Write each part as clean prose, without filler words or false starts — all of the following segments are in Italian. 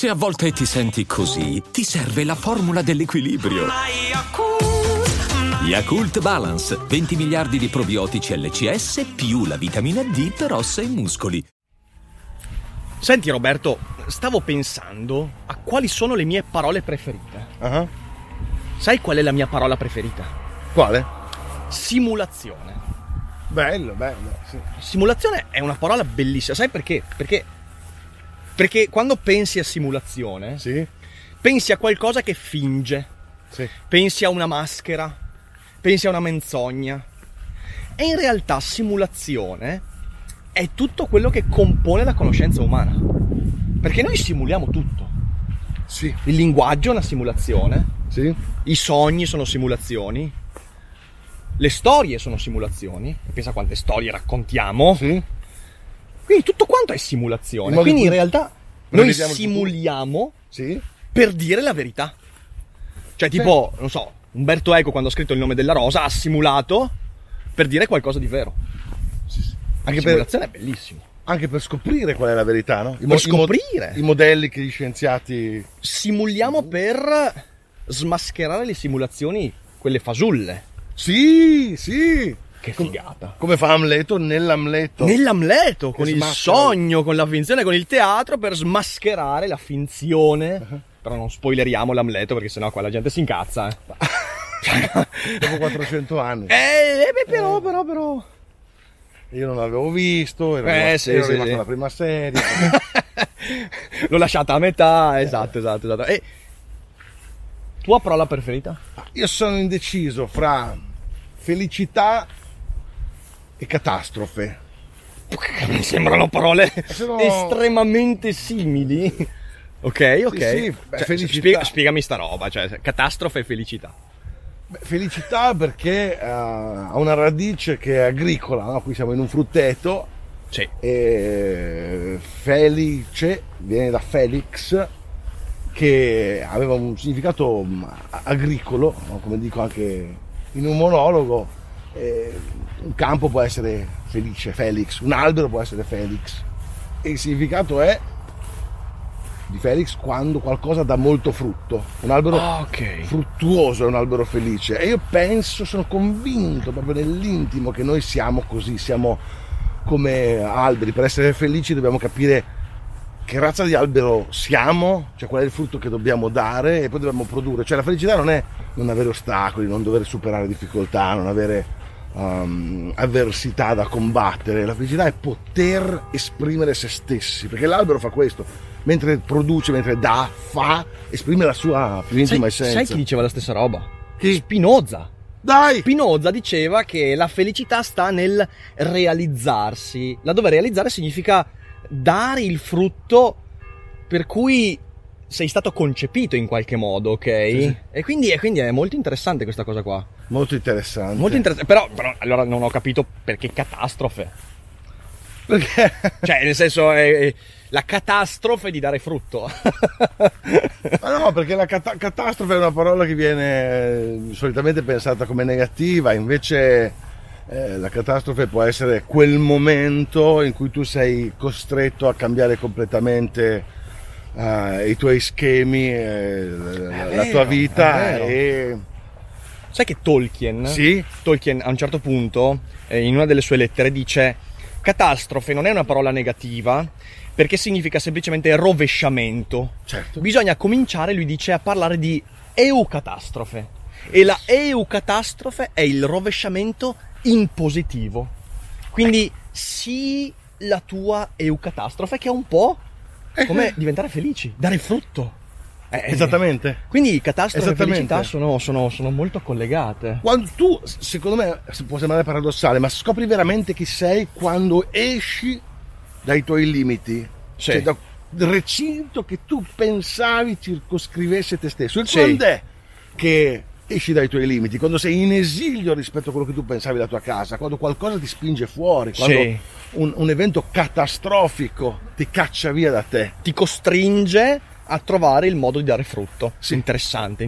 Se a volte ti senti così, ti serve la formula dell'equilibrio. Yakult Balance, 20 miliardi di probiotici LCS più la vitamina D per ossa e muscoli. Senti Roberto, stavo pensando a quali sono le mie parole preferite. Uh-huh. Sai qual è la mia parola preferita? Quale? Simulazione. Bello, sì. Simulazione è una parola bellissima. Sai perché? Perché quando pensi a simulazione, sì, pensi a qualcosa che finge, sì, pensi a una maschera, pensi a una menzogna. E in realtà simulazione è tutto quello che compone la conoscenza umana. Perché noi simuliamo tutto. Sì. Il linguaggio è una simulazione. Sì. I sogni sono simulazioni. Le storie sono simulazioni. Pensa quante storie raccontiamo. Sì. Quindi tutto quanto è simulazione. Quindi in realtà noi simuliamo, sì, per dire la verità. Cioè tipo, non so, Umberto Eco quando ha scritto Il nome della rosa ha simulato per dire qualcosa di vero. Anche la simulazione è bellissimo. Anche per scoprire qual è la verità, no? Scoprire. I modelli che gli scienziati... Simuliamo per smascherare le simulazioni, quelle fasulle. Sì, sì. Che figata. Come fa Amleto nell'Amleto. Nell'Amleto, con il sogno, con la finzione, con il teatro, per smascherare la finzione. Uh-huh. Però non spoileriamo l'Amleto, perché sennò qua la gente si incazza. Dopo 400 anni. Però... Io non l'avevo visto, ero rimasto alla prima serie. L'ho lasciata a metà, esatto. E tua parola preferita? Io sono indeciso fra felicità e catastrofe. Mi sembrano parole estremamente simili. Ok. Sì, felicità. Spiegami sta roba, cioè catastrofe e felicità. Felicità perché ha una radice che è agricola, no? Qui siamo in un frutteto. Sì. E felice viene da Felix, che aveva un significato agricolo, no? Come dico anche in un monologo. Un campo può essere felice, Felix, un albero può essere Felix, e il significato è di Felix quando qualcosa dà molto frutto. Un albero fruttuoso è un albero felice. E io penso, sono convinto proprio nell'intimo che noi siamo così, siamo come alberi. Per essere felici dobbiamo capire che razza di albero siamo, cioè qual è il frutto che dobbiamo dare, e poi dobbiamo produrre. Cioè la felicità non è non avere ostacoli, non dover superare difficoltà, non avere avversità da combattere. La felicità è poter esprimere se stessi, perché l'albero fa questo, mentre produce, mentre dà, esprime la sua più intima essenza. Sai chi diceva la stessa roba? Chi? Spinoza. Dai! Spinoza diceva che la felicità sta nel realizzarsi, laddove realizzare significa dare il frutto per cui sei stato concepito in qualche modo, ok? Sì. E quindi è molto interessante questa cosa qua. Molto interessante. Molto interessante. Però allora non ho capito perché catastrofe. Perché? Cioè, nel senso, la catastrofe di dare frutto. Ma no, perché la catastrofe è una parola che viene solitamente pensata come negativa, invece la catastrofe può essere quel momento in cui tu sei costretto a cambiare completamente i tuoi schemi, la tua vita. E sai che Tolkien a un certo punto in una delle sue lettere dice: catastrofe non è una parola negativa perché significa semplicemente rovesciamento. Certo. Bisogna cominciare, lui dice, a parlare di eucatastrofe, e la eucatastrofe è il rovesciamento in positivo. Quindi sii la tua eucatastrofe, che è un po' come diventare felici, dare frutto. Esattamente. Quindi catastrofe e felicità sono molto collegate. Quando tu, secondo me, può sembrare paradossale, ma scopri veramente chi sei quando esci dai tuoi limiti. Sì. Cioè dal recinto che tu pensavi circoscrivesse te stesso. E quando è che esci dai tuoi limiti? Quando sei in esilio rispetto a quello che tu pensavi la tua casa, quando qualcosa ti spinge fuori, quando un evento catastrofico ti caccia via da te, ti costringe a trovare il modo di dare frutto. Sì. Interessante.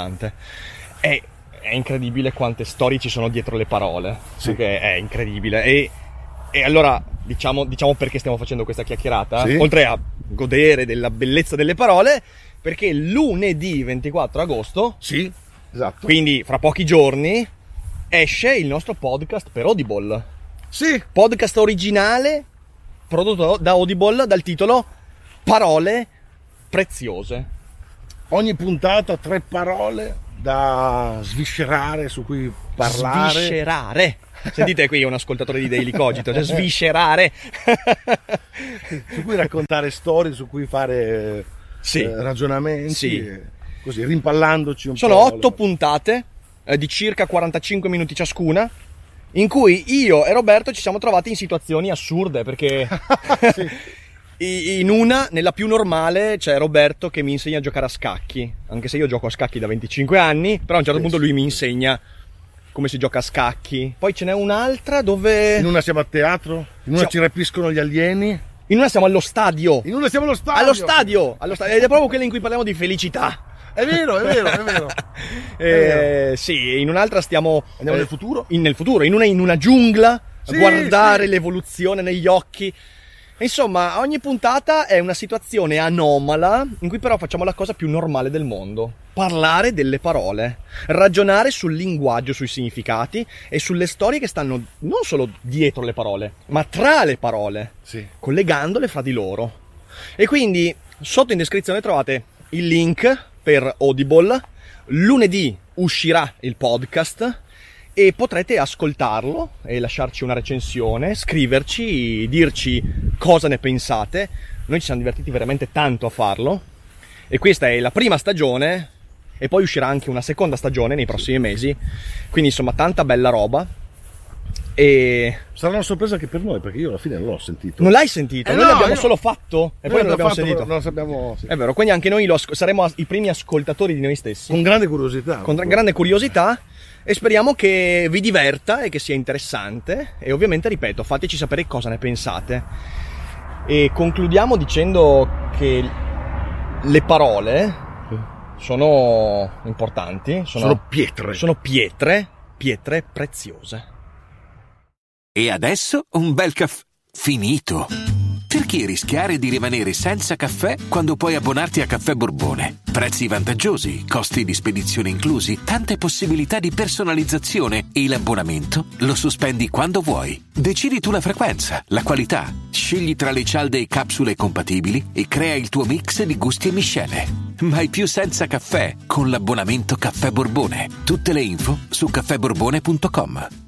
È incredibile quante storie ci sono dietro le parole. Sì. Perché è incredibile. E allora diciamo perché stiamo facendo questa chiacchierata. Sì. Oltre a godere della bellezza delle parole, perché lunedì 24 agosto, Sì, esatto. quindi fra pochi giorni, esce il nostro podcast per Audible. Sì, Podcast originale prodotto da Audible dal titolo Parole preziose. ogni puntata 3 parole da sviscerare, su cui parlare. Sviscerare. Sentite qui un ascoltatore di Daily Cogito, cioè sviscerare. Su cui raccontare storie, su cui fare Sì. ragionamenti, Sì. Così rimpallandoci un Sono po'. 8 puntate di circa 45 minuti ciascuna, in cui io e Roberto ci siamo trovati in situazioni assurde, perché in una, nella più normale, c'è Roberto che mi insegna a giocare a scacchi, anche se io gioco a scacchi da 25 anni, però a un certo punto lui mi insegna come si gioca a scacchi. Poi ce n'è un'altra dove... In una siamo a teatro, in una Siamo- ci rapiscono gli alieni, In una siamo allo stadio. in una siamo allo stadio. Allo stadio! Ed è proprio quella in cui parliamo di felicità. È vero, è vero, è vero. Sì, in un'altra stiamo... Andiamo nel futuro? Nel futuro, in una giungla, Sì, a guardare sì. l'evoluzione negli occhi. Insomma, ogni puntata è una situazione anomala, in cui però facciamo la cosa più normale del mondo. Parlare delle parole, ragionare sul linguaggio, sui significati e sulle storie che stanno non solo dietro le parole, ma tra le parole, Sì. collegandole fra di loro. E quindi sotto in descrizione trovate il link per Audible. Lunedì uscirà il podcast e potrete ascoltarlo e lasciarci una recensione, scriverci, dirci cosa ne pensate. Noi ci siamo divertiti veramente tanto a farlo e questa è la prima stagione e poi uscirà anche una seconda stagione nei prossimi mesi, quindi insomma tanta bella roba. E Sarà una sorpresa anche per noi, perché io alla fine non l'ho sentito. non l'hai sentito? Noi no, l'abbiamo io- solo fatto e poi non l'abbiamo sentito. Non lo sappiamo, sì. È vero, quindi anche noi saremo i primi ascoltatori di noi stessi, Con grande curiosità. con grande curiosità, e speriamo che vi diverta e che sia interessante. E ovviamente, ripeto, fateci sapere cosa ne pensate. E concludiamo dicendo che le parole sono importanti, Sono pietre. sono pietre preziose. E adesso un bel caffè finito. Perché rischiare di rimanere senza caffè quando puoi abbonarti a Caffè Borbone? Prezzi vantaggiosi, costi di spedizione inclusi, tante possibilità di personalizzazione e l'abbonamento lo sospendi quando vuoi. Decidi tu la frequenza, la qualità, scegli tra le cialde e capsule compatibili e crea il tuo mix di gusti e miscele. Mai più senza caffè con l'abbonamento Caffè Borbone. Tutte le info su caffèborbone.com.